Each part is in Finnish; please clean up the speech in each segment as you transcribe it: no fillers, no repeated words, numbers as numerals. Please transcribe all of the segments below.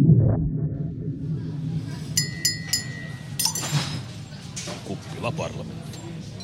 Kuppila Parlamentti.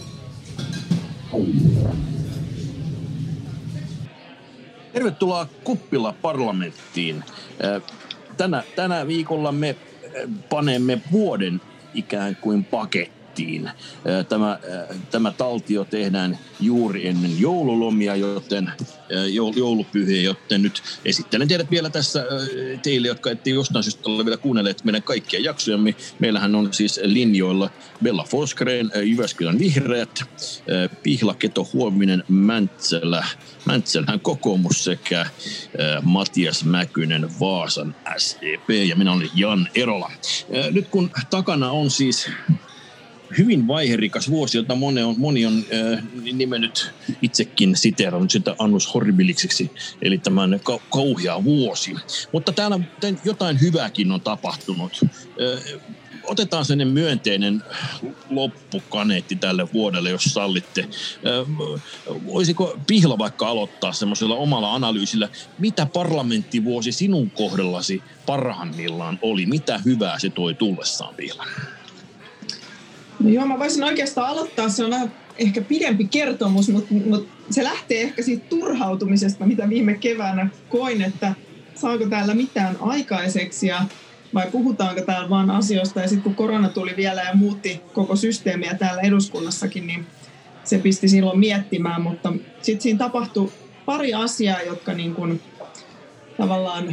Tervetuloa Kuppila Parlamenttiin. Tänä viikolla me panemme vuoden ikään kuin pakettiin. Tämä taltio tehdään juuri ennen joululomia, joten joulupyhiä, joten nyt esittelen teidät vielä tässä teille, jotka ette jostain syystä ole vielä kuunnelleet meidän kaikkia jaksoja. Meillähän on siis linjoilla Bella Forsgren, Jyväskylän Vihreät, Pihla Keto Huominen, Mäntsälän kokoomus sekä Matias Mäkynen Vaasan SDP ja minä olen Jan Erola. Nyt kun takana on siis hyvin vaiherikas vuosi, jota moni on nimennyt itsekin siteerannut sitä annus horribilikseksi, eli tämän kauhea vuosi. Mutta täällä jotain hyvääkin on tapahtunut. Otetaan sellainen myönteinen loppukaneetti tälle vuodelle, jos sallitte. Voisiko Pihla vaikka aloittaa semmoisella omalla analyysillä, mitä parlamenttivuosi sinun kohdallasi parhaimmillaan oli? Mitä hyvää se toi tullessaan, Pihla? No joo, mä voisin oikeastaan aloittaa. Se on vähän ehkä pidempi kertomus, mutta se lähtee ehkä siitä turhautumisesta, mitä viime keväänä koin, että saako täällä mitään aikaiseksi vai puhutaanko täällä vaan asioista. Ja sitten kun korona tuli vielä ja muutti koko systeemiä täällä eduskunnassakin, niin se pisti silloin miettimään. Mutta sitten siinä tapahtui pari asiaa, jotka niin kuin tavallaan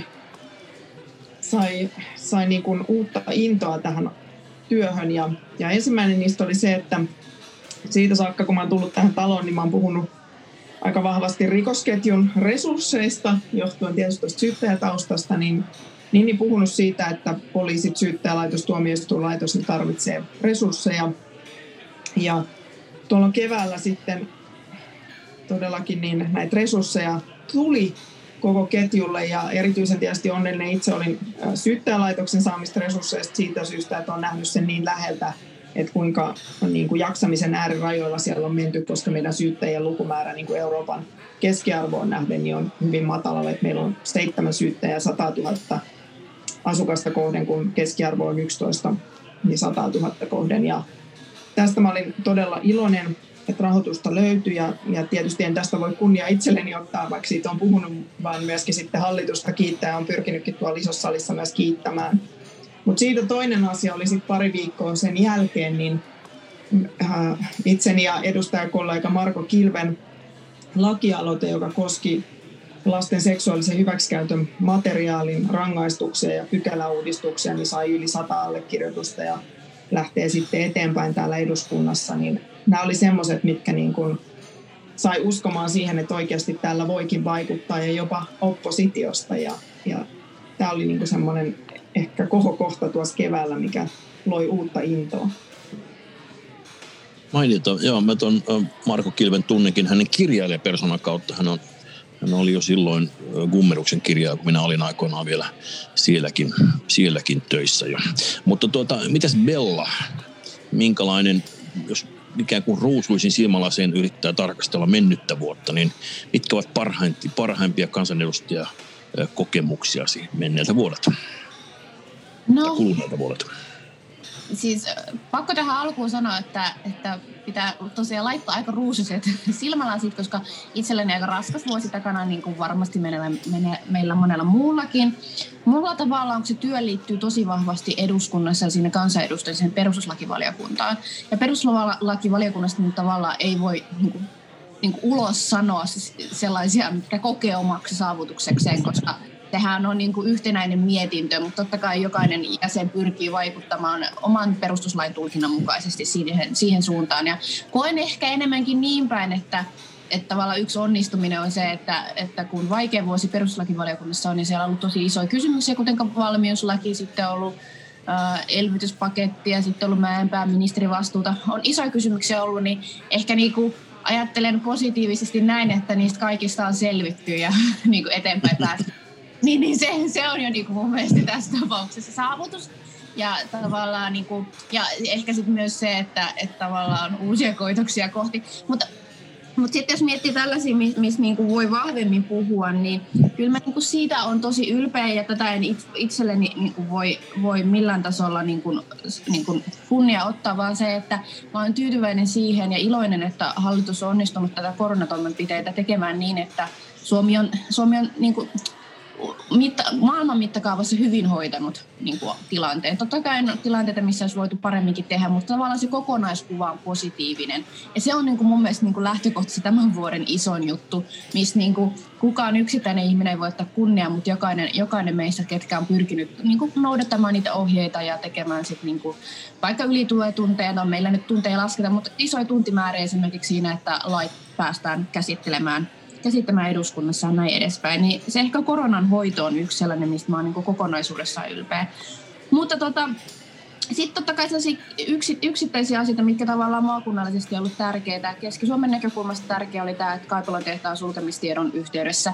sai niin kuin uutta intoa tähän työhön. Ja ensimmäinen niistä oli se, että siitä saakka, kun mä oon tullut tähän taloon, niin mä oon puhunut aika vahvasti rikosketjun resursseista, johtuen tietysti tuosta syyttäjätaustasta, niin puhunut siitä, että poliisit, syyttäjälaitos, tuomioistuinlaitos, ne tarvitsee resursseja. Ja tuolla keväällä sitten todellakin niin näitä resursseja tuli koko ketjulle ja erityisen tietysti onnellinen itse olin syyttäjälaitoksen saamista resursseista siitä syystä, että olen nähnyt sen niin läheltä, että kuinka niin kuin jaksamisen äärirajoilla siellä on menty, koska meidän syyttäjien lukumäärä niin kuin Euroopan keskiarvoon nähden niin on hyvin matalalla, että meillä on 7 syyttäjää 100 000 asukasta kohden, kun keskiarvo on 11 niin 100 000 kohden. Ja tästä mä olin todella iloinen, että rahoitusta löytyi ja tietysti en tästä voi kunnia itselleni ottaa, vaikka siitä on puhunut, vaan myöskin sitten hallitusta kiittää ja on pyrkinytkin tuolla isossa salissa myös kiittämään. Mutta siitä toinen asia oli sitten pari viikkoa sen jälkeen, niin itseni ja edustajakollega Marko Kilven lakialoite, joka koski lasten seksuaalisen hyväksikäytön materiaalin rangaistuksia ja pykäläuudistuksia, niin sai yli 100 allekirjoitusta ja lähtee sitten eteenpäin täällä eduskunnassa, niin nämä oli semmoiset, mitkä niin kuin sai uskomaan siihen, että oikeasti täällä voikin vaikuttaa ja jopa oppositiosta. Ja tämä oli niin kuin semmoinen ehkä kohokohta tuossa keväällä, mikä loi uutta intoa. Mainiota. Joo, mä ton Marko Kilven tunnekin hänen kirjailijapersonan kautta. Hän oli jo silloin Gummeruksen kirjaa, kun minä olin aikoinaan vielä sielläkin töissä jo. Mutta mitäs Bella? Minkälainen, jos ikään kuin ruusuisin silmälaseen yrittää tarkastella mennyttä vuotta, niin mitkä ovat parhaimpia kansanedustajakokemuksiasi menneeltä vuodelta? No, kuluneelta vuodelta? Siis pakko tähän alkuun sanoa, että pitää tosiaan laittaa aika ruusuiset silmälasit, koska itselläni aika raskas vuosi takana, niin kuin varmasti meillä monella muullakin. Mulla tavallaan, kun se työ liittyy tosi vahvasti eduskunnassa ja siinä kansanedustajien perustuslakivaliokuntaan. Ja perustuslakivaliokunnasta niin tavallaan ei voi niin kuin ulos sanoa sellaisia, mitkä kokee omaksi saavutuksekseen, koska sehän on niin kuin yhtenäinen mietintö, mutta totta kai jokainen jäsen pyrkii vaikuttamaan oman perustuslain tulkinnan mukaisesti siihen suuntaan. Ja koen ehkä enemmänkin niin päin, että tavallaan yksi onnistuminen on se, että kun vaikea vuosi perustuslakivaliokunnassa on, niin siellä on ollut tosi isoja kysymyksiä, kuten valmiuslaki, sitten on ollut elvytyspaketti ja sitten on ollut Mäenpään ministerivastuuta. On isoja kysymyksiä ollut, niin ehkä niinku ajattelen positiivisesti näin, että niistä kaikista on selvitty ja niinku eteenpäin päästy. Niin se on jo niinku mun mielestä tässä tapauksessa saavutus. Ja tavallaan niinku, ja ehkä sitten myös se, että tavallaan uusia koitoksia kohti. Mutta Mutta sitten jos miettii tällaisia, missä niinku voi vahvemmin puhua, niin kyllä mä niinku siitä on tosi ylpeä ja tätä en itselleni niinku voi millään tasolla niinku kunnia ottaa, vaan se, että mä olen tyytyväinen siihen ja iloinen, että hallitus on onnistunut tätä koronatoimenpiteitä tekemään niin, että Suomi on niinku maailman mittakaavassa hyvin hoitanut niin kuin, tilanteen. Totta kai on tilanteita, missä olisi voitu paremminkin tehdä, mutta tavallaan se kokonaiskuva on positiivinen. Ja se on niin kuin, mun mielestä niin kuin lähtökohtaisesti tämän vuoden isoin juttu, missä niin kuin, kukaan yksittäinen ihminen ei voi ottaa kunniaa, mutta jokainen meistä, ketkä on pyrkinyt niin kuin, noudattamaan niitä ohjeita ja tekemään sit, niin kuin, vaikka ylituetunteja, no meillä nyt tunteja lasketa, mutta isoja tuntimääriä esimerkiksi siinä, että lait päästään käsittelemään eduskunnassa ja näin edespäin, niin se ehkä koronan hoito on yksi sellainen, mistä mä oon niin kokonaisuudessaan ylpeä. Mutta sitten totta kai sellaisia yksittäisiä asioita, mitkä tavallaan maakunnallisesti on ollut tärkeitä. Keski-Suomen näkökulmasta tärkeä oli tämä, että Kaipolan tehtaan sulkemistiedon yhteydessä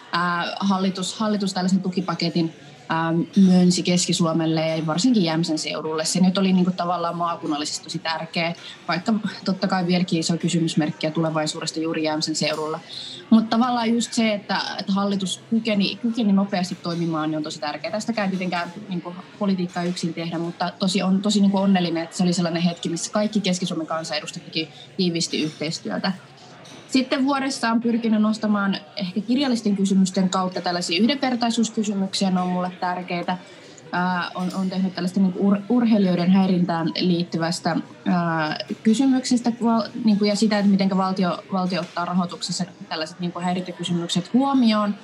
hallitus tällaisen tukipaketin myönsi Keski-Suomelle ja varsinkin Jämsän seudulle. Se nyt oli niin kuin tavallaan maakunnallisesti tosi tärkeä, vaikka totta kai vieläkin iso kysymysmerkkiä tulevaisuudesta juuri Jämsän seudulla. Mutta tavallaan just se, että hallitus kykeni nopeasti toimimaan, niin on tosi tärkeää. Tästäkään tietenkään niin kuin politiikkaa yksin tehdä, mutta on tosi niin kuin onnellinen, että se oli sellainen hetki, missä kaikki Keski-Suomen kansanedustajat teki tiiviisti yhteistyötä. Sitten vuodessa on pyrkinyt nostamaan ehkä kirjallisten kysymysten kautta tällaisia yhdenvertaisuuskysymyksiä, ne on mulle tärkeitä. On tehnyt tällaista niin urheilijoiden häirintään liittyvästä kysymyksestä niin kuin, ja sitä, että miten valtio ottaa rahoituksessa tällaiset niin kuin häirintäkysymykset huomioon,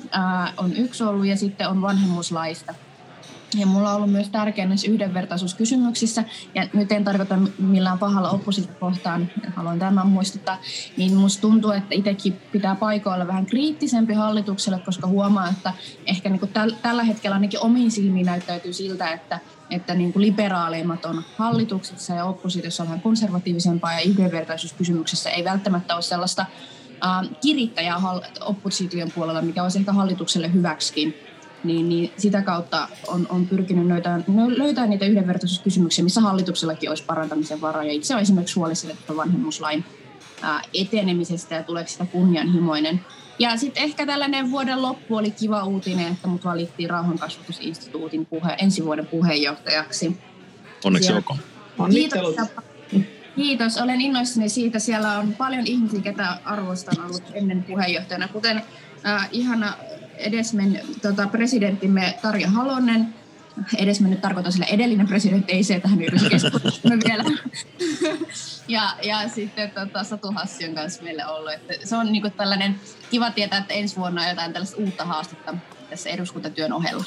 on yksi ollut, ja sitten on vanhemmuuslaista. Ja mulla on ollut myös tärkeä näissä yhdenvertaisuuskysymyksissä, ja nyt en tarkoita millään pahalla oppositiota kohtaan, haluan tämän muistuttaa, niin musta tuntuu, että itsekin pitää paikoilla vähän kriittisempi hallitukselle, koska huomaa, että ehkä niin kuin tällä hetkellä ainakin omiin silmiin näyttäytyy siltä, että niin kuin liberaaleimmat on hallituksessa ja oppositiossa on vähän konservatiivisempaa, ja yhdenvertaisuuskysymyksissä ei välttämättä ole sellaista kirittäjää opposition puolella, mikä olisi ehkä hallitukselle hyväksikin. Niin sitä kautta on pyrkinyt löytää niitä yhdenvertaisuuskysymyksiä, missä hallituksellakin olisi parantamisen varaa. Ja itse olen esimerkiksi huolissani vanhemmuuslain etenemisestä ja tuleeko sitä kunnianhimoinen. Ja sitten ehkä tällainen vuoden loppu oli kiva uutinen, että mut valittiin Rauhankasvatusinstituutin ensi vuoden puheenjohtajaksi. Onneksi olkoon. Kiitos, olen innoissani siitä. Siellä on paljon ihmisiä, ketä arvostan ollut ennen puheenjohtajana, kuten ihana edesmennyt presidenttimme Tarja Halonen. Edesmennyt tarkoittaa sillä edellinen presidentti, ei se, että hän yhdessä keskustelumme vielä. ja sitten Satu Hassi on kanssa meille ollut. Että se on niinku tällainen kiva tietää, että ensi vuonna on jotain tällaista uutta haastetta tässä eduskuntatyön ohella.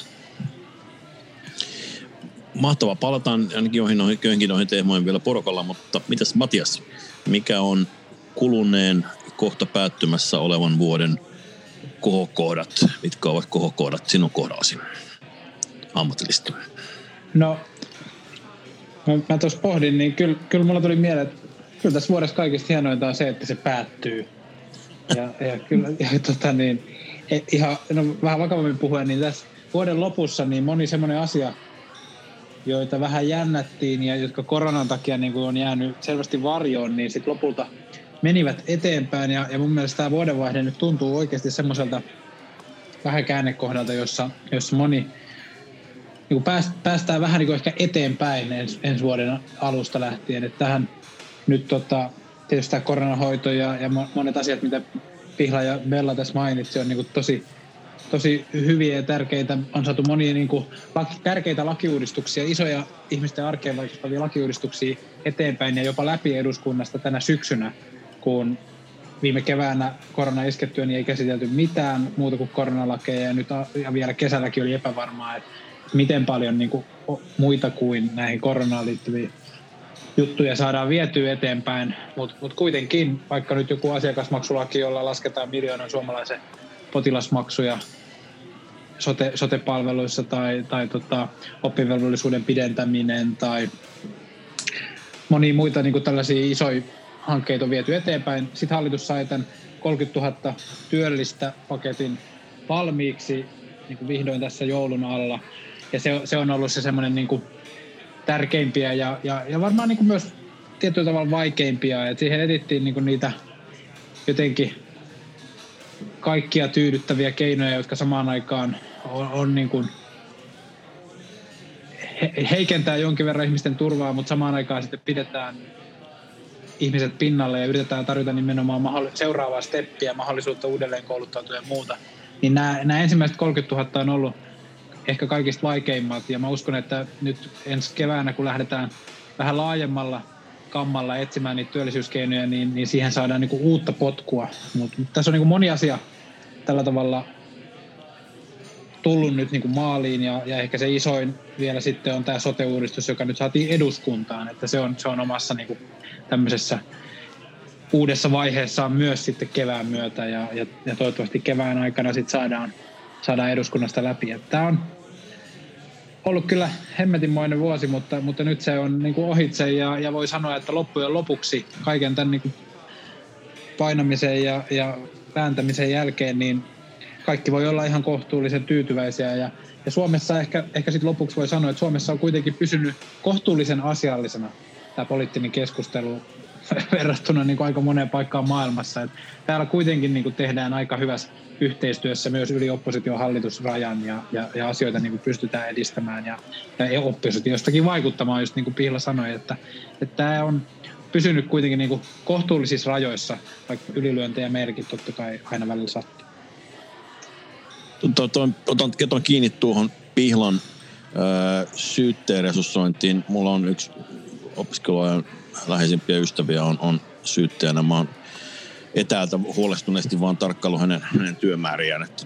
Mahtavaa. Palataan ainakin joihinkin noihin teemoihin vielä porukalla, mutta mitäs Matias, mikä on kuluneen kohta päättymässä olevan vuoden kohokohdat? Mitkä ovat kohokohdat sinun kohdallasi ammatillisesti? No, mä tuossa pohdin, niin kyllä mulla tuli mieleen, että kyllä tässä vuodessa kaikista hienointa on se, että se päättyy. Ja kyllä, ihan vähän vakavammin puhuen, niin tässä vuoden lopussa niin moni semmoinen asia, joita vähän jännättiin ja jotka koronan takia niin kuin on jäänyt selvästi varjoon, niin sitten lopulta menivät eteenpäin. Ja mun mielestä tämä vuodenvaihde nyt tuntuu oikeasti semmoiselta vähän käännekohdalta, jossa moni niin päästään vähän niin kuin ehkä eteenpäin ensi vuoden alusta lähtien. Että tähän nyt tietysti tämä koronahoito ja monet asiat, mitä Pihla ja Bella tässä mainitsi, on niin kuin tosi hyviä ja tärkeitä. On saatu monia niin kuin tärkeitä lakiuudistuksia, isoja ihmisten arkeen vaikuttavia lakiuudistuksia eteenpäin ja jopa läpi eduskunnasta tänä syksynä, kun viime keväänä korona iskettyä, niin ei käsitelty mitään muuta kuin koronalakeja ja nyt ja vielä kesälläkin oli epävarmaa, että miten paljon niin kuin muita kuin näihin koronaan liittyviä juttuja saadaan vietyä eteenpäin, mutta kuitenkin vaikka nyt joku asiakasmaksulaki, jolla lasketaan miljoonan suomalaisen potilasmaksuja sote-palveluissa tai oppivelvollisuuden pidentäminen tai monia muita niin kuin tällaisia isoja hankkeita on viety eteenpäin. Sitten hallitus sai tämän 30 000 työllistä paketin valmiiksi niin kuin vihdoin tässä joulun alla. Ja se on ollut se semmoinen niin kuin tärkeimpiä ja varmaan niin kuin myös tietyllä tavalla vaikeimpia. Et siihen etittiin niin kuin niitä jotenkin kaikkia tyydyttäviä keinoja, jotka samaan aikaan on niin kuin heikentää jonkin verran ihmisten turvaa, mutta samaan aikaan sitten pidetään ihmiset pinnalle ja yritetään tarjota nimenomaan seuraavaa steppiä, mahdollisuutta uudelleen kouluttautua ja muuta. Niin nämä ensimmäiset 30 000 on ollut ehkä kaikista vaikeimmat, ja mä uskon, että nyt ensi keväänä, kun lähdetään vähän laajemmalla kammalla etsimään niitä työllisyyskeinoja, niin siihen saadaan niinku uutta potkua. Mutta tässä on niinku moni asia tällä tavalla tullut nyt niinku maaliin, ja ehkä se isoin vielä sitten on tämä sote-uudistus, joka nyt saatiin eduskuntaan, että se on omassa niinku tämmöisessä uudessa vaiheessaan myös sitten kevään myötä, ja toivottavasti kevään aikana sitten saadaan eduskunnasta läpi. Tämä on ollut kyllä hemmetinmoinen vuosi, mutta nyt se on niin kuin ohitse, ja voi sanoa, että loppujen lopuksi kaiken tämän niin kuin painamisen ja vääntämisen jälkeen, niin kaikki voi olla ihan kohtuullisen tyytyväisiä. Ja Suomessa ehkä sitten lopuksi voi sanoa, että Suomessa on kuitenkin pysynyt kohtuullisen asiallisena tämä poliittinen keskustelu verrattuna niin kuin aika moneen paikkaan maailmassa. Et täällä kuitenkin niin kuin tehdään aika hyvässä yhteistyössä myös yli oppositio-hallitusrajan, ja asioita niin kuin pystytään edistämään ja oppositiostakin vaikuttamaan, just niin kuin Pihla sanoi, että tämä on pysynyt kuitenkin niin kuin kohtuullisissa rajoissa, vaikka ylilyöntejä meilläkin totta kai aina välillä sattuu. Otan kiinni tuohon Pihlan syytteen resurssointiin. Mulla on yksi opiskeluajan läheisimpiä ystäviä on syyttäjänä. Mä oon etäältä huolestuneesti vaan tarkkailu hänen työmääriään. Että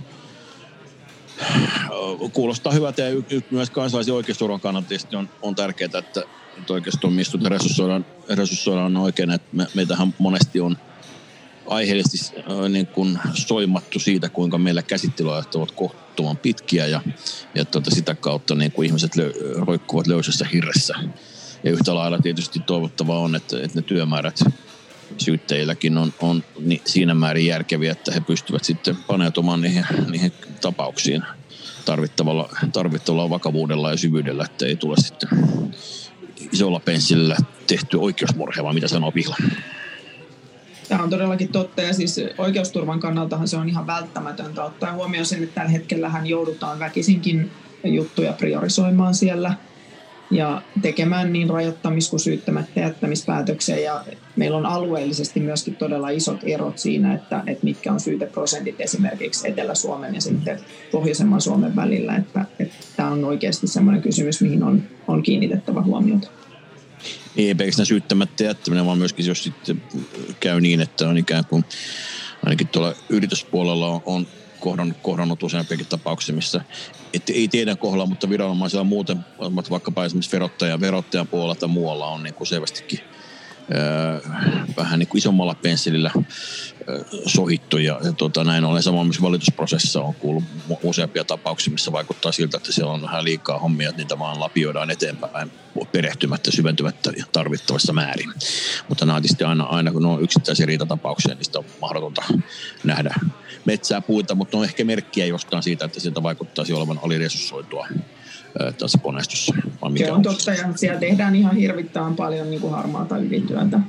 kuulostaa hyvältä, ja myös kansalaisen oikeusturvan kannalta on tärkeää, että oikeustoimistot resurssoidaan oikein. Että meitähän monesti on aiheellisesti niin kuin soimattu siitä, kuinka meillä käsittelyajat ovat kohtuuttoman pitkiä, ja sitä kautta niin kuin ihmiset roikkuvat löysässä hirressä. Ja yhtä lailla tietysti toivottavaa on, että ne työmäärät syyttäjilläkin on siinä määrin järkeviä, että he pystyvät sitten paneutumaan niihin tapauksiin tarvittavalla vakavuudella ja syvyydellä, että ei tule sitten isolla pensselillä tehty oikeusmurhe, vaan mitä sanoo Pihla. Tämä on todellakin totta, ja siis oikeusturvan kannaltahan se on ihan välttämätöntä ottaa huomioon sen, että tällä hetkellähän joudutaan väkisinkin juttuja priorisoimaan siellä ja tekemään niin rajoittamis- kuin syyttämättä jättämispäätöksiä, ja meillä on alueellisesti myöskin todella isot erot siinä, että mitkä on syyteprosentit esimerkiksi Etelä-Suomen ja sitten Pohjoisemman Suomen välillä, että tämä on oikeasti sellainen kysymys, mihin on kiinnitettävä huomiota. Ei pelkästään syyttämättä jättäminen, vaan myöskin jos sitten käy niin, että on ikään kuin ainakin tuolla yrityspuolella on kohdannut useampiakin tapauksia, missä ei teidän kohdalla, mutta viranomaisilla muuten, vaikkapa esimerkiksi verottajan puolella tai muualla on niin kuin selvästikin vähän niin kuin isommalla pensselillä sohittu, ja näin ollen samoin myös valitusprosessissa on kuullut useampia tapauksia, missä vaikuttaa siltä, että siellä on vähän liikaa hommia, että niitä vaan lapioidaan eteenpäin perehtymättä, syventymättä tarvittavassa määrin. Mutta nämä on tietysti aina kun ne on yksittäisiä riitatapauksia, niin sitä on mahdotonta nähdä metsää puita, mutta on ehkä merkkiä jostain siitä, että sieltä vaikuttaisi olevan aliresurssoitua tässä poneistossa. Se on totta, ja siellä tehdään ihan hirvittävän paljon niin kuin harmaata ylityötä.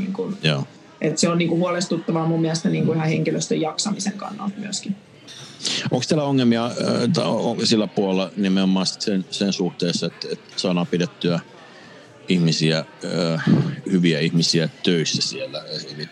Et se on niin kuin huolestuttavaa mun mielestä niin kuin ihan henkilöstön jaksamisen kannalta myöskin. Onko teillä ongelmia sillä puolella nimenomaan sen suhteessa, että saadaan pidettyä ihmisiä, hyviä ihmisiä töissä siellä? Eli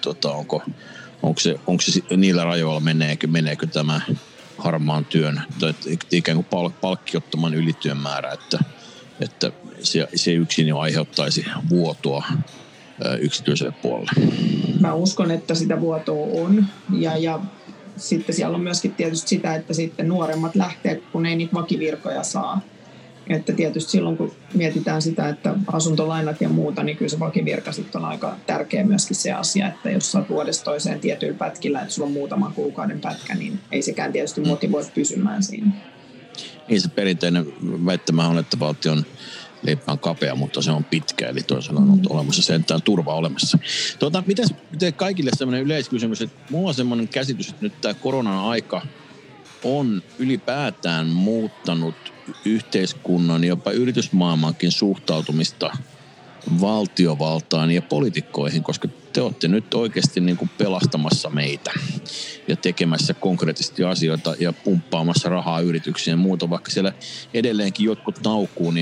onko se niillä rajoilla, meneekö tämä harmaan työn, ikään kuin palkkiottoman ylityön määrä, että se yksin jo aiheuttaisi vuotoa yksityiselle puolelle? Mä uskon, että sitä vuotoa on, ja sitten siellä on myöskin tietysti sitä, että sitten nuoremmat lähtee, kun ei niitä vakivirkoja saa. Että tietysti silloin, kun mietitään sitä, että asuntolainat ja muuta, niin kyllä se vakivirka sitten on aika tärkeä myöskin se asia, että jos sä vuodesta toiseen tietyillä pätkillä, että sulla on muutaman kuukauden pätkä, niin ei sekään tietysti motivoi pysymään siinä. Niin se perinteinen väittämä on, että valtion leipä on kapea, mutta se on pitkä, eli toisaalta on olemassa sentään turva olemassa. Miten kaikille sellainen yleiskysymys, että mulla on semmoinen käsitys, että nyt tämä koronan aika on ylipäätään muuttanut yhteiskunnan, jopa yritysmaailmankin suhtautumista valtiovaltaan ja poliitikkoihin, koska te olette nyt oikeasti niin kuin pelastamassa meitä ja tekemässä konkreettisesti asioita ja pumppaamassa rahaa yrityksiin ja muuta, vaikka siellä edelleenkin jotkut naukuu,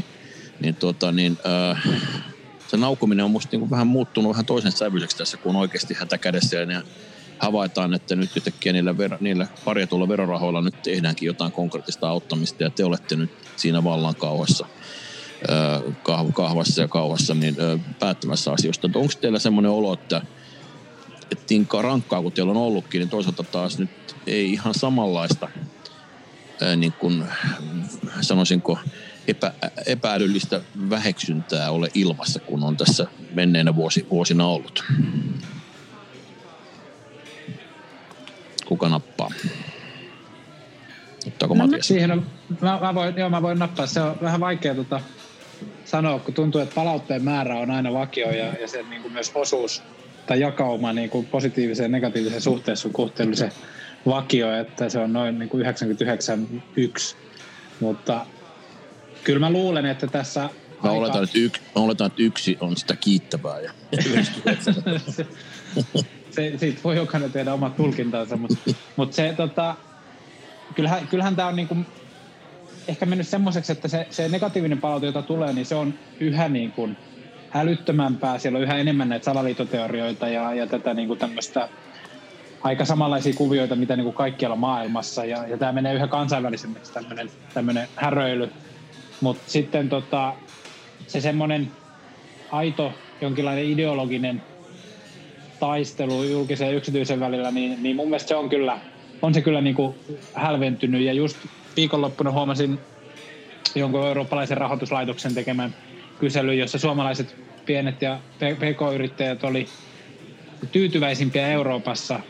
se naukuminen on musta niin kuin vähän muuttunut vähän toisen sävyiseksi tässä, kun on oikeasti hätä kädessä ja havaitaan, että nyt yhtäkkiä niillä parjatulla verorahoilla nyt tehdäänkin jotain konkreettista auttamista ja te olette nyt siinä vallan kahvassa niin päättämässä asioista. Onko teillä semmoinen olo, että rankkaa kun teillä on ollutkin, niin toisaalta taas nyt ei ihan samanlaista niin kuin sanoisinko epäädyllistä väheksyntää ole ilmassa, kun on tässä menneinä vuosina ollut? Kuka nappaa? Ottaako Matias? Siihen on, mä voin nappaa. Se on vähän vaikea sanoa, kun tuntuu, että palautteen määrä on aina vakio ja sen niin kuin myös osuus tai jakauma niin kuin positiiviseen ja negatiiviseen suhteessa on kohtuullisen vakio, että se on noin niin kuin 99,1. Mutta kyllä mä luulen, että tässä... Mä oletan, että yksi on sitä kiittävää ja 99. Siitä voi jokainen tehdä omat tulkintansa, mutta se kyllähän tämä on niinku ehkä mennyt semmoiseksi, että se negatiivinen palaute, jota tulee, niin se on yhä niin kuin älyttömämpää. Siellä on yhä enemmän näitä salaliittoteorioita ja tätä niinku tämmöistä aika samanlaisia kuvioita, mitä niinku kaikkialla maailmassa. Ja tämä menee yhä kansainvälisemmäksi tämmöinen häröily. Mutta sitten se semmoinen aito jonkinlainen ideologinen taistelu julkisen ja yksityisen välillä, niin mun mielestä se kyllä niin kuin hälventynyt. Ja just viikonloppuna huomasin jonkun eurooppalaisen rahoituslaitoksen tekemän kyselyn, jossa suomalaiset pienet ja pk-yrittäjät oli tyytyväisimpiä Euroopassa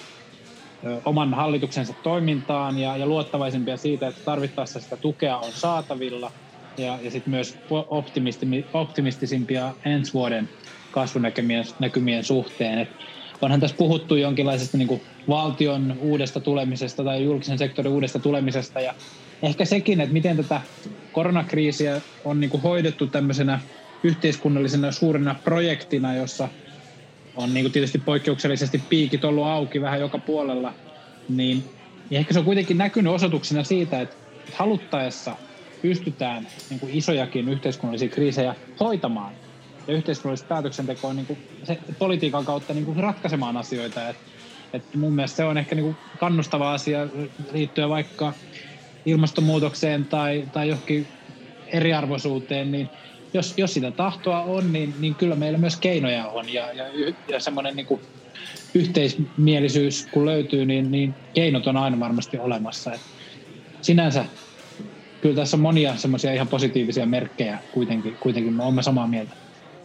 oman hallituksensa toimintaan ja luottavaisimpia siitä, että tarvittaessa sitä tukea on saatavilla ja sitten myös optimistisimpia ensi vuoden kasvunäkymien suhteen. Et onhan tässä puhuttu jonkinlaisesta niin kuin valtion uudesta tulemisesta tai julkisen sektorin uudesta tulemisesta ja ehkä sekin, että miten tätä koronakriisiä on niin kuin hoidettu tämmöisenä yhteiskunnallisena suurena projektina, jossa on niin kuin tietysti poikkeuksellisesti piikit ollut auki vähän joka puolella, niin ehkä se on kuitenkin näkynyt osoituksena siitä, että haluttaessa pystytään niin kuin isojakin yhteiskunnallisia kriisejä hoitamaan ja yhteiskunnallista päätöksentekoa niin kuin politiikan kautta niin kuin ratkaisemaan asioita. Et mun mielestä se on ehkä niin kuin kannustava asia liittyen vaikka ilmastonmuutokseen tai johonkin eriarvoisuuteen, niin jos sitä tahtoa on, niin kyllä meillä myös keinoja on ja semmoinen niin kuin yhteismielisyys kun löytyy, niin keinot on aina varmasti olemassa. Et sinänsä kyllä tässä on monia semmoisia ihan positiivisia merkkejä kuitenkin me olemme samaa mieltä.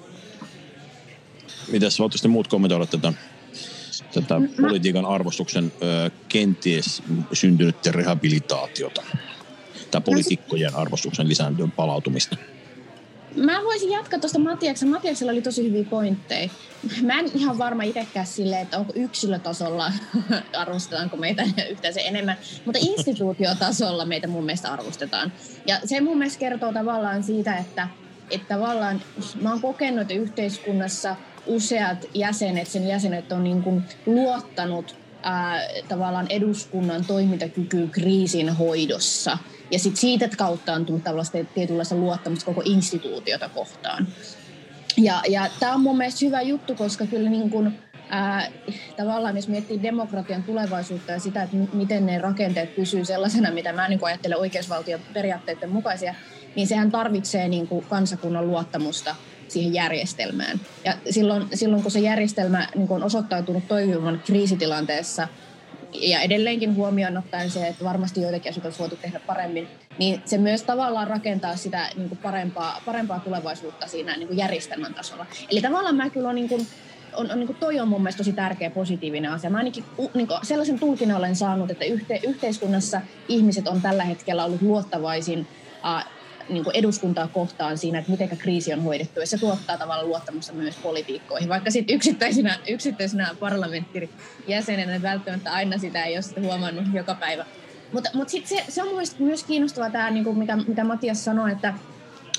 Mitäs voitte muut kommentoida tätä politiikan arvostuksen kenties syntynyttä rehabilitaatiota tai poliitikkojen arvostuksen lisääntyön palautumista? Mä voisin jatkaa tuosta Matiaksen. Matiaksella oli tosi hyviä pointteja. Mä en ihan varma itsekään silleen, että onko yksilötasolla arvostetaanko meitä yhteensä enemmän, mutta instituutiotasolla meitä mun mielestä arvostetaan. Ja se mun mielestä kertoo tavallaan siitä, että tavallaan mä oon kokenut, että yhteiskunnassa useat sen jäsenet on niin kuin luottanut tavallaan eduskunnan toimintakykyyn kriisin hoidossa. Ja sitten siitä kautta on tullut tietynlaista luottamusta koko instituutiota kohtaan. Ja tämä on mun mielestä hyvä juttu, koska kyllä niin kun, tavallaan jos miettii demokratian tulevaisuutta ja sitä, että miten ne rakenteet pysyy sellaisena, mitä mä niin ajattelen oikeusvaltion periaatteiden mukaisia, niin sehän tarvitsee niin kuin kansakunnan luottamusta siihen järjestelmään. Ja silloin kun se järjestelmä niin kun on osoittautunut toimivan kriisitilanteessa, ja edelleenkin huomioon ottaen se, että varmasti joitakin asioita olisi voitu tehdä paremmin, niin se myös tavallaan rakentaa sitä niin kuin parempaa tulevaisuutta siinä niin kuin järjestelmän tasolla. Eli tavallaan mä kyllä niin kuin toi on mun mielestä tosi tärkeä positiivinen asia. Mä ainakin niin kuin sellaisen tulkinnan olen saanut, että yhteiskunnassa ihmiset on tällä hetkellä ollut luottavaisin niin kuin eduskuntaa kohtaan siinä, että miten kriisi on hoidettu. Ja se tuottaa tavallaan luottamusta myös politiikkoihin. Vaikka sitten yksittäisenä parlamenttirijäsenenä välttämättä aina sitä ei ole sitä huomannut joka päivä. Mutta sitten se on mun mielestä myös kiinnostavaa tämä, niin kuin mitä Matias sanoi, että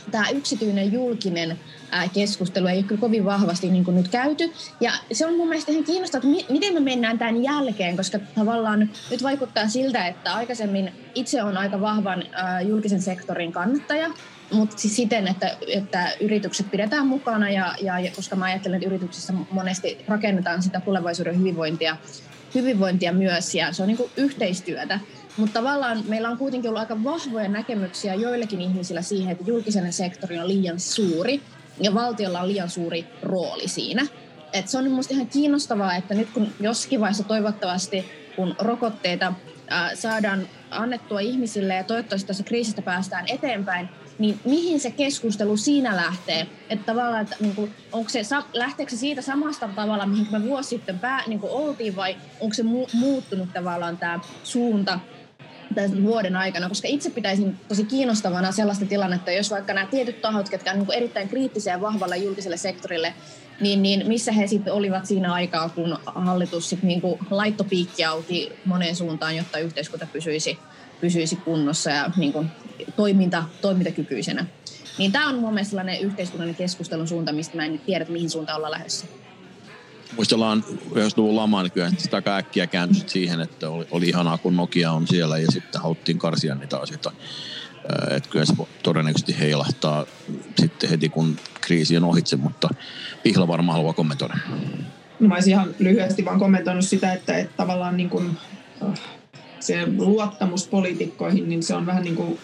tämä yksityinen julkinen keskustelu ei ole kyllä kovin vahvasti niin kuin nyt käyty. Ja se on mun mielestä ihan kiinnostavaa, että miten me mennään tämän jälkeen, koska tavallaan nyt vaikuttaa siltä, että aikaisemmin itse on aika vahvan julkisen sektorin kannattaja, mutta siis siten, että yritykset pidetään mukana ja koska mä ajattelen, että yrityksissä monesti rakennetaan sitä tulevaisuuden hyvinvointia myös ja se on niin kuin yhteistyötä. Mutta tavallaan meillä on kuitenkin ollut aika vahvoja näkemyksiä joillakin ihmisillä siihen, että julkinen sektori on liian suuri ja valtiolla on liian suuri rooli siinä. Et se on minusta ihan kiinnostavaa, että nyt kun jossakin vaiheessa toivottavasti, kun rokotteita saadaan annettua ihmisille ja toivottavasti tässä kriisistä päästään eteenpäin, niin mihin se keskustelu siinä lähtee? Että tavallaan, että niin kuin, lähteekö se siitä samasta tavalla, mihin me vuosi sitten niin kuin oltiin, vai onko se muuttunut tavallaan tämä suunta tämän vuoden aikana? Koska itse pitäisin tosi kiinnostavana sellaista tilannetta, jos vaikka nämä tietyt tahot, jotka on niin kuin erittäin kriittisiä ja vahvalle julkiselle sektorille, niin missä he sitten olivat siinä aikaa, kun hallitus sitten niin kuin laittoi piikki auki moneen suuntaan, jotta yhteiskunta pysyisi kunnossa ja niin kuin toimintakykyisenä. Niin tämä on mun mielestä sellainen yhteiskunnallinen keskustelun suunta, mistä mä en tiedä, mihin suuntaan ollaan lähdössä. Muistellaan 90-luvun lamaa, niin kyllä sitä aika äkkiä kääntyi siihen, että oli ihanaa, kun Nokia on siellä ja sitten haluttiin karsia niitä asioita. Että kyllä se todennäköisesti heilahtaa sitten heti, kun kriisi on ohitse, mutta Pihla varmaan haluaa kommentoida. No mä olisin ihan lyhyesti vaan kommentoinut sitä, että tavallaan niin kuin se luottamus poliitikkoihin, niin se on vähän niin kuin,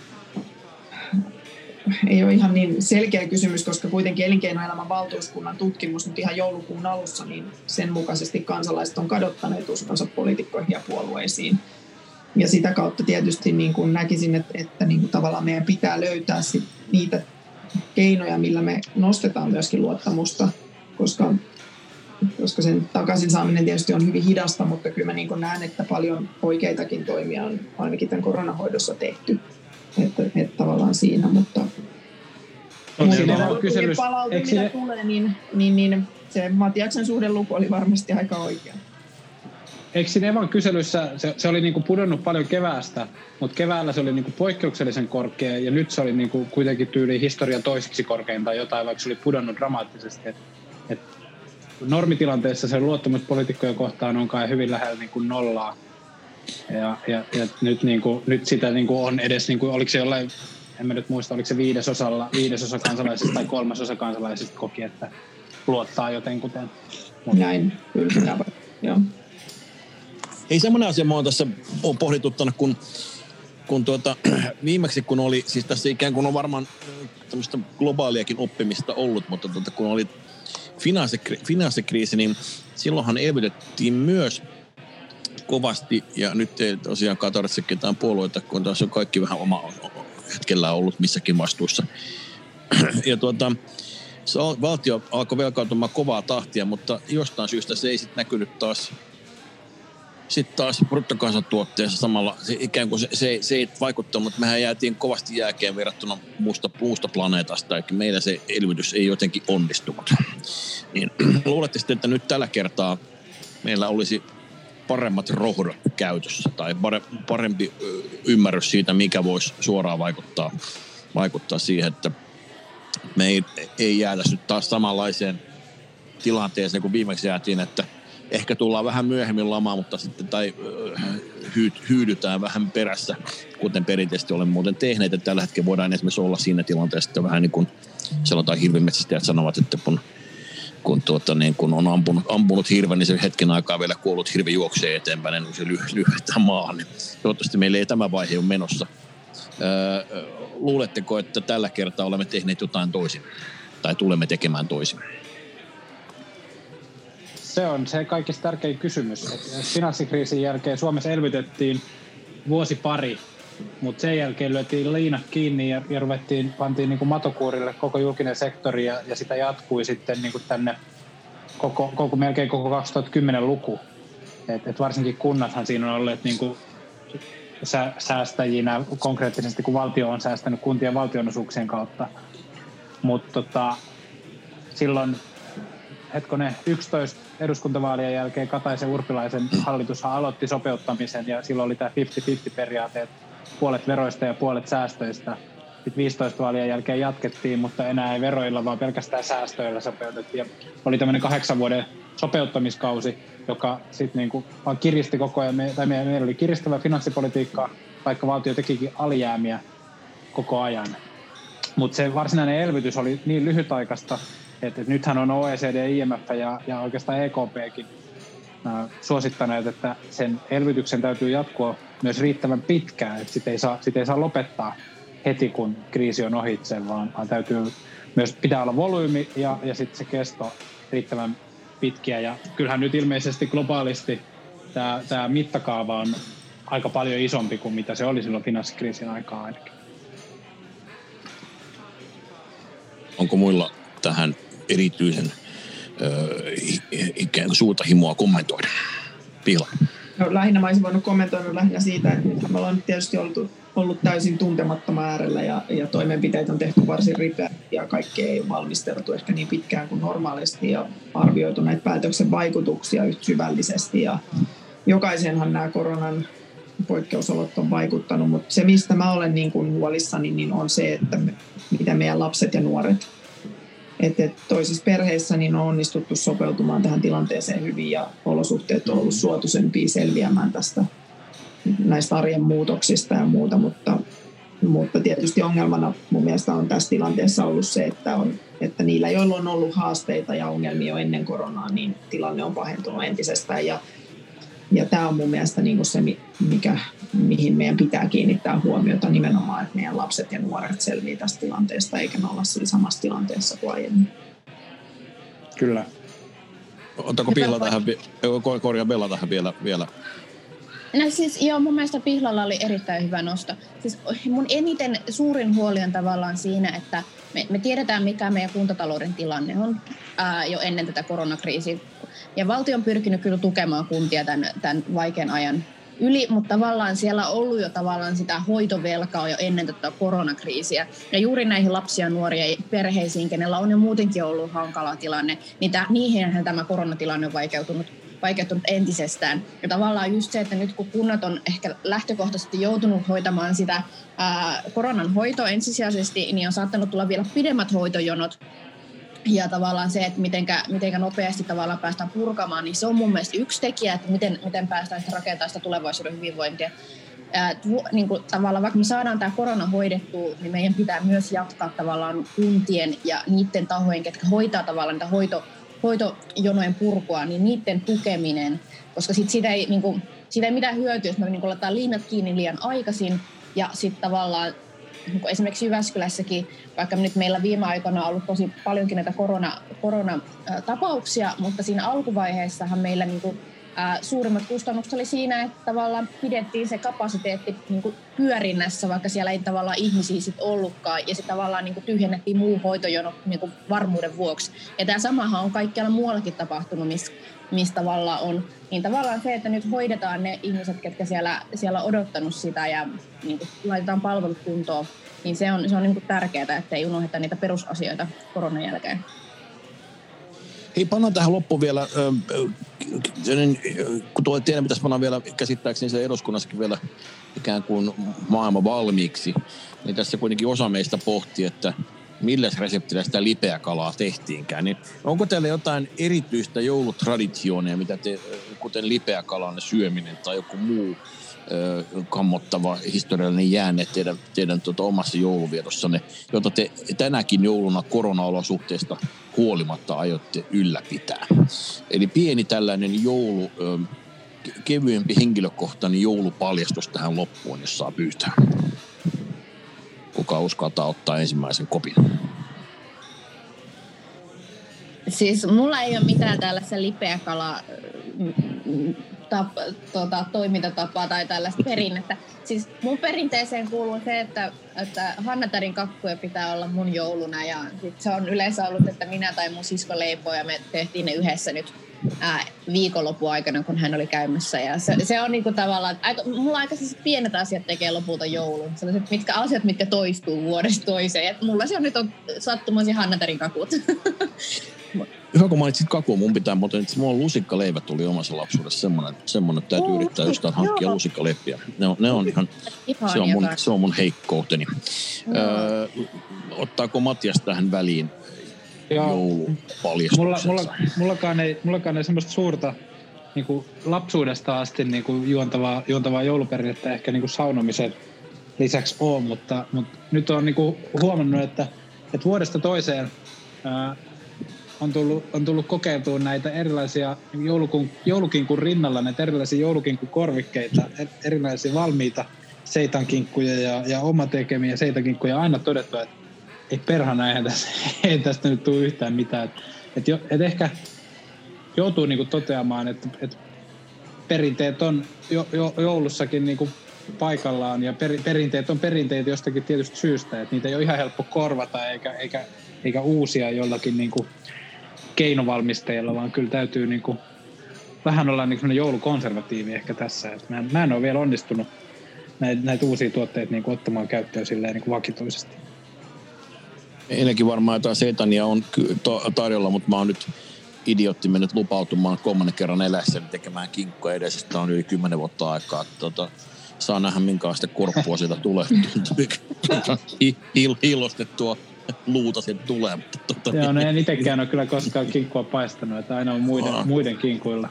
ei ole ihan niin selkeä kysymys, koska kuitenkin elinkeinoelämän valtuuskunnan tutkimus nyt ihan joulukuun alussa, niin sen mukaisesti kansalaiset on kadottaneet uskonsa poliitikkoihin ja puolueisiin. Ja sitä kautta tietysti niin kuin näkisin, että niin kuin tavallaan meidän pitää löytää niitä keinoja, millä me nostetaan myöskin luottamusta, koska sen takaisin saaminen tietysti on hyvin hidasta, mutta kyllä mä niin kuin näen, että paljon oikeitakin toimia on ainakin tämän koronahoidossa tehty. Että tavallaan siinä, mutta palaute, mitä tulee, niin se Matiaksen suhdeluku oli varmasti aika oikea. Eikö siinä Evan kyselyssä, se oli niinku pudonnut paljon keväästä, mutta keväällä se oli niinku poikkeuksellisen korkea ja nyt se oli niinku kuitenkin tyyliin historian toiseksi korkein tai jotain, vaikka se oli pudonnut dramaattisesti. Et normitilanteessa se luottamus poliitikkoja kohtaan on kai hyvin lähellä niinku nollaa. Ja nyt sitä niinku on edes, niinku, oliko se jollain, en mä nyt muista, oliko se viidesosa kansalaisista tai 3/3 kansalaisista koki, että luottaa jotenkuten. Näin, kyllä. Joo. Ei semmoinen asia, mä oon tässä pohdituttanut, kun viimeksi kun oli, siis tässä ikään kuin on varmaan tämmöistä globaaliakin oppimista ollut, mutta kun oli finanssikriisi, niin silloinhan elvytettiin myös kovasti, ja nyt ei tosiaankaan tarvitse ketään puolueita, kun taas on kaikki vähän oma hetkellä ollut missäkin vastuussa. Ja valtio alkoi velkautumaan kovaa tahtia, mutta jostain syystä se ei sitten näkynyt taas bruttokansantuotteessa samalla. Se, ikään kuin se ei vaikuttanut, mutta mehän jäätiin kovasti jälkeen verrattuna muusta planeetasta, eli meillä se elvytys ei jotenkin onnistunut. Niin, luulette sitten, että nyt tällä kertaa meillä olisi paremmat rohdot käytössä tai parempi ymmärrys siitä, mikä voisi suoraan vaikuttaa siihen, että me ei jäädä nyt taas samanlaiseen tilanteeseen kuin viimeksi jäätiin, että ehkä tullaan vähän myöhemmin lamaan, mutta sitten hyydytään vähän perässä, kuten perinteisesti olemme muuten tehneet. Että tällä hetkellä voidaan esimerkiksi olla siinä tilanteessa, että vähän niin kuin sanotaan hirvimetsästäjät sanovat, että kun on ampunut hirven, niin se hetken aikaa vielä kuollut hirvi juoksee eteenpäin, ennen kuin se lyhättää maahan. Toivottavasti meillä ei tämä vaihe ole menossa. Luuletteko, että tällä kertaa olemme tehneet jotain toisin? Tai tulemme tekemään toisin? Se on se kaikista tärkein kysymys. Finanssikriisin jälkeen Suomessa elvytettiin vuosi pari, mutta sen jälkeen lyötiin liinat kiinni ja pantiin niin kuin matokuurille koko julkinen sektori ja sitä jatkui sitten niin kuin tänne melkein koko 2010-luku. Et varsinkin kunnathan siinä on olleet niin kuin säästäjinä konkreettisesti, kun valtio on säästänyt kuntien valtionosuuksien kautta. Mutta silloin 11 eduskuntavaalien jälkeen Kataisen-Urpilaisen hallitushan aloitti sopeuttamisen ja silloin oli tämä 50-50-periaate, että puolet veroista ja puolet säästöistä. Sitten 15 vaalien jälkeen jatkettiin, mutta enää ei veroilla, vaan pelkästään säästöillä sopeutettiin. Ja oli tämmöinen 8 vuoden sopeuttamiskausi, joka sitten niinku vaan kiristi koko ajan. Meillä oli kiristävä finanssipolitiikkaa, vaikka valtio tekikin alijäämiä koko ajan. Mutta se varsinainen elvytys oli niin lyhytaikaista, että nythän on OECD, IMF ja oikeastaan EKPkin suosittaneet, että sen elvytyksen täytyy jatkua myös riittävän pitkään, että sitä ei saa lopettaa heti, kun kriisi on ohitse, vaan täytyy myös pitää olla volyymi ja sitten se kesto riittävän pitkiä. Ja kyllähän nyt ilmeisesti globaalisti tämä mittakaava on aika paljon isompi kuin mitä se oli silloin finanssikriisin aikaa ainakin. Onko muilla tähän erityisen ikään kuin suurta himoa kommentoida? Pihla. No, lähinnä mä olisin voinut kommentoida lähinnä siitä, että nythän me ollaan tietysti ollut täysin tuntemattoman äärellä ja toimenpiteitä on tehty varsin ripeästi ja kaikkea ei ole valmisteltu ehkä niin pitkään kuin normaalisti ja arvioitu näitä päätöksen vaikutuksia yhtä syvällisesti ja jokaisenhan nämä koronan poikkeusolot on vaikuttanut, mutta se mistä mä olen niin kuin huolissani niin on se, että miten meidän lapset ja nuoret että toisissa perheissä niin on onnistuttu sopeutumaan tähän tilanteeseen hyvin ja olosuhteet on ollut suotuisempia selviämään näistä arjen muutoksista ja muuta, mutta tietysti ongelmana mun mielestä on tässä tilanteessa ollut se, että niillä, joilla on ollut haasteita ja ongelmia jo ennen koronaa, niin tilanne on pahentunut entisestään ja tämä on mun mielestä niin kuin se, mihin meidän pitää kiinnittää huomiota nimenomaan, että meidän lapset ja nuoret selviää tästä tilanteesta, eikä me olla siinä samassa tilanteessa kuin aiemmin. Kyllä. Ottaako Pihla tähän, Bella tähän vielä? No siis joo, mun mielestä Pihlalla oli erittäin hyvä nosto. Siis mun eniten suurin huoli on tavallaan siinä, että me tiedetään mikä meidän kuntatalouden tilanne on jo ennen tätä koronakriisiä. Ja valtio on pyrkinyt kyllä tukemaan kuntia tämän vaikean ajan yli, mutta tavallaan siellä on ollut jo tavallaan sitä hoitovelkaa jo ennen tätä koronakriisiä. Ja juuri näihin lapsia ja nuoria perheisiin, kenellä on jo muutenkin ollut hankala tilanne, niin niihinhän tämä koronatilanne on vaikeutunut entisestään. Ja tavallaan just se, että nyt kun kunnat on ehkä lähtökohtaisesti joutunut hoitamaan sitä koronan hoitoa ensisijaisesti, niin on saattanut tulla vielä pidemmät hoitojonot. Ja tavallaan se, että mitenkä nopeasti tavallaan päästään purkamaan, niin se on mun mielestä yksi tekijä, että miten päästään sitä rakentamaan sitä tulevaisuuden hyvinvointia. Niin kuin tavallaan vaikka me saadaan tämä korona hoidettua, niin meidän pitää myös jatkaa tavallaan kuntien ja niiden tahojen, ketkä hoitaa tavallaan niitä hoitojonojen purkua, niin niiden tukeminen, koska siitä ei mitään hyötyä, jos me niin laitetaan liinat kiinni liian aikaisin ja sitten tavallaan esimerkiksi Jyväskylässäkin, vaikka nyt meillä viime aikoina on ollut tosi paljonkin näitä koronatapauksia, mutta siinä alkuvaiheessahan meillä suurimmat kustannukset oli siinä, että tavallaan pidettiin se kapasiteetti pyörinnässä, vaikka siellä ei tavallaan ihmisiä sit ollutkaan, ja sitten tavallaan tyhjennettiin muu hoitojono varmuuden vuoksi. Ja tämä samahan on kaikkialla muuallakin tapahtunut, missä tavallaan on. Niin tavallaan se, että nyt hoidetaan ne ihmiset, ketkä siellä on odottanut sitä ja laitetaan palvelut kuntoon, niin se on tärkeää, ettei unohdeta niitä perusasioita koronan jälkeen. Hei, pannaan tähän loppuun vielä, kun tiedän, pitäisi pannaan vielä käsittääkseni se eduskunnassakin vielä ikään kuin maailma valmiiksi, niin tässä kuitenkin osa meistä pohti, että milläs reseptillä sitä lipeä kalaa tehtiinkään. Niin onko teillä jotain erityistä joulutraditioonea, mitä kuten lipeä kalan syöminen tai joku muu kammottava historiallinen jäänne teidän omassa jouluvietossanne, jota te tänäkin jouluna koronaolosuhteista huolimatta aiotte ylläpitää. Eli pieni tällainen kevyempi henkilökohtainen joulupaljastus tähän loppuun, jos saa pyytää. Kuka uskaltaa ottaa ensimmäisen kopin? Siis mulla ei ole mitään tällaista lipeä kalaa toimintatapaa tai tällaista perinnettä. Siis mun perinteeseen kuuluu se, että Hanna-tädin kakkuja pitää olla mun jouluna ja sit se on yleensä ollut, että minä tai mun sisko leipoo ja me tehtiin ne yhdessä nyt viikonlopun aikana, kun hän oli käymässä. Ja se on niinku tavallaan, mulla aika siis pienet asiat tekee lopulta joulun. Sellaiset asiat, mitkä toistuu vuodesta toiseen. Et mulla se on nyt sattumoisin Hanna-tädin kakut. Hyvä, kun mainitsit kakua, mun pitää, mutta mulla on lusikkaleivät tuli omassa lapsuudessa semmoinen, että täytyy yrittää jostain hankkia lusikkaleipiä. Ne on ihan, se on mun heikkouteni. Ottaako Matias tähän väliin joulupaljastuksessa? Mullakaan ei semmoista suurta niin kuin lapsuudesta asti niin kuin juontavaa jouluperinnettä ehkä niin kuin saunomisen lisäksi on, mutta nyt on niin kuin huomannut, että vuodesta toiseen on tullut kokeiltua näitä erilaisia joulukinkun rinnalla, näitä erilaisia joulukinkkukorvikkeita, erilaisia valmiita seitankinkkuja ja omatekemiä seitankinkkuja. Aina todettu, että ei perhana, ei tästä nyt tule yhtään mitään. Et ehkä joutuu niinku toteamaan, että perinteet on joulussakin niinku paikallaan ja perinteet on perinteitä jostakin tietystä syystä, että niitä ei ole ihan helppo korvata eikä uusia jollakin niinku keinovalmisteilla, vaan kyllä täytyy niinku vähän olla niinku joulukonservatiivi ehkä tässä. Et mä en ole vielä onnistunut näitä uusia tuotteita niinku ottamaan käyttöön silleen niinku vakituisesti. Ennenkin varmaan jotain seitania on tarjolla, mutta mä oon nyt idiootti mennyt lupautumaan 3. kerran elässäni tekemään kinkkua edellisestä on yli 10 vuotta aikaa. Saa nähdä minkälaista korppua sieltä tulee. Hiilostettua luuta sieltä tulee. Joo, no en itsekään ole kyllä koskaan kinkkua paistanut, että aina on muiden kinkuilla.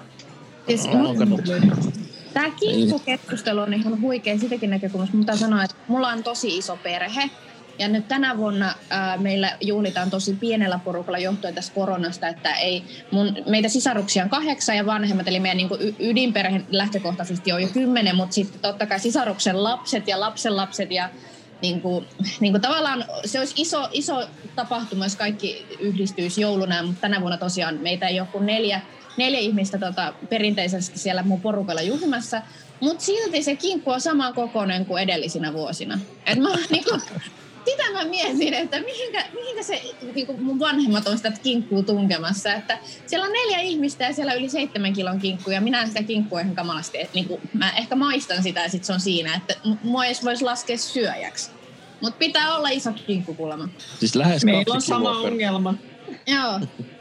Tämä kinkkukeskustelu on ihan huikea sitäkin näkökulmasta. Mutta sanoa, että mulla on tosi iso perhe. Ja nyt tänä vuonna meillä juhlitaan tosi pienellä porukalla johtuen tästä koronasta, että meitä sisaruksia on 8 ja vanhemmat, eli meidän niin ydinperhe lähtökohtaisesti on jo 10, mutta sitten totta kai sisaruksen lapset ja lapsenlapset ja niin kuin tavallaan se olisi iso tapahtuma, jos kaikki yhdistyisi jouluna, mutta tänä vuonna tosiaan meitä ei ole kuin 4 ihmistä perinteisesti siellä mun porukalla juhlimassa, mutta silti se kinkku on saman kokoinen kuin edellisinä vuosina. Et mä sitä mä mietin, että mihinkä se niin mun vanhemmat on sitä kinkkua tunkemassa. Että siellä on 4 ihmistä ja siellä on yli 7 kilon kinkku ja minä en sitä kinkkua ihan kamalasti. Että niin mä ehkä maistan sitä ja sitten se on siinä, että mua ei voisi laskea syöjäksi. Mutta pitää olla iso kinkkukulma. Siis lähes meillä on sama ongelma. Joo.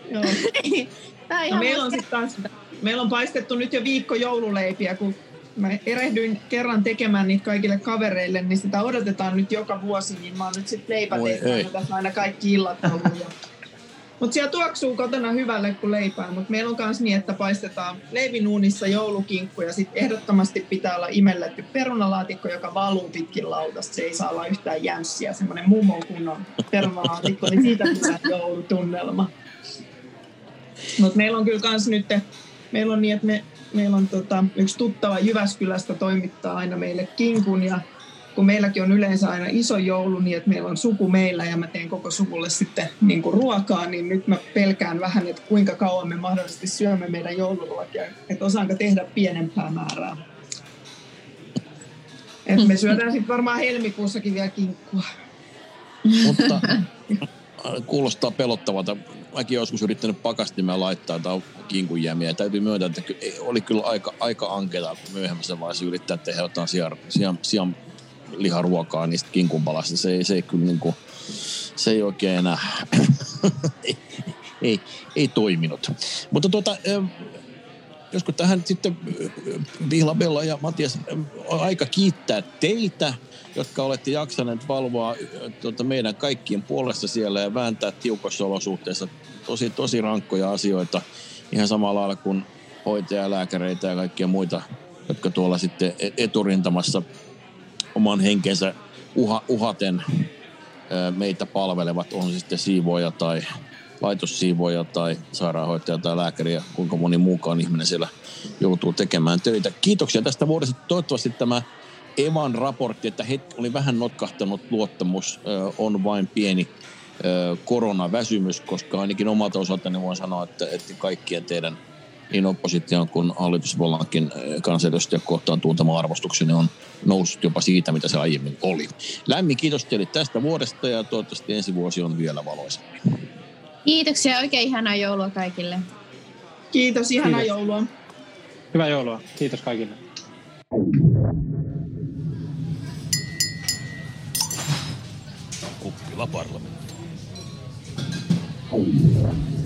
Meillä on paistettu nyt jo viikko joululeipiä, kun mä erehdyin kerran tekemään niitä kaikille kavereille, niin sitä odotetaan nyt joka vuosi, niin mä oon nyt sitten leipätehtävänä tässä aina kaikki illat ollut. Mutta siellä tuoksuu kotona hyvälle kuin leipää, mutta meillä on myös niin, että paistetaan leivinuunissa joulukinkku ja sitten ehdottomasti pitää olla imelletty perunalaatikko, joka valuu pitkin lautasta. Se ei saa olla yhtään jämssiä, semmoinen mummon kunnon perunalaatikko, niin siitä tulee joulutunnelma. Mutta meillä on kyllä kans nyt, meillä on niin, että meillä on yksi tuttava Jyväskylästä toimittaa aina meille kinkun ja kun meilläkin on yleensä aina iso joulu, niin että meillä on suku meillä ja mä teen koko suvulle sitten niin kuin ruokaa, niin nyt mä pelkään vähän, että kuinka kauan me mahdollisesti syömme meidän jouluruokia, että osaanko tehdä pienempää määrää. Et me syödään sitten varmaan helmikuussakin vielä kinkkua. Mutta kuulostaa pelottavalta. Mäkin joskus yrittänyt pakastimeen laittaa tai kinkujäämiä ja täytyy myöntää, että oli kyllä aika ankeata myöhemmässä vaiheessa yrittää tehdä jotain sian liharuokaa niistä kinkunpalasta. Se ei kyllä niinku, se ei oikein enää ei toiminut. Mutta joskus tähän sitten Vihla, Bella ja Matias on aika kiittää teitä, jotka olette jaksaneet valvoa meidän kaikkien puolesta siellä ja vääntää tiukossa olosuhteissa tosi rankkoja asioita. Ihan samalla lailla kuin hoitajia, lääkäreitä ja kaikkia muita, jotka tuolla sitten eturintamassa oman henkensä uhaten meitä palvelevat, on sitten siivoja tai laitossiivoja tai sairaanhoitaja tai lääkäri ja kuinka moni muukaan ihminen siellä joutuu tekemään töitä. Kiitoksia tästä vuodesta. Toivottavasti tämä Evan raportti, että oli vähän notkahtanut luottamus, on vain pieni koronaväsymys, koska ainakin omalta osaltani voin sanoa, että kaikkien teidän niin opposition kuin hallitusvallankin kansanedustajia kohtaan tuntema arvostukseni on noussut jopa siitä, mitä se aiemmin oli. Lämmin kiitos teille tästä vuodesta ja toivottavasti ensi vuosi on vielä valoisampi. Kiitoksia, oikein ihanaa joulua kaikille. Kiitos, ihanaa joulua. Hyvää joulua, kiitos kaikille. Kuppila Parlamentti.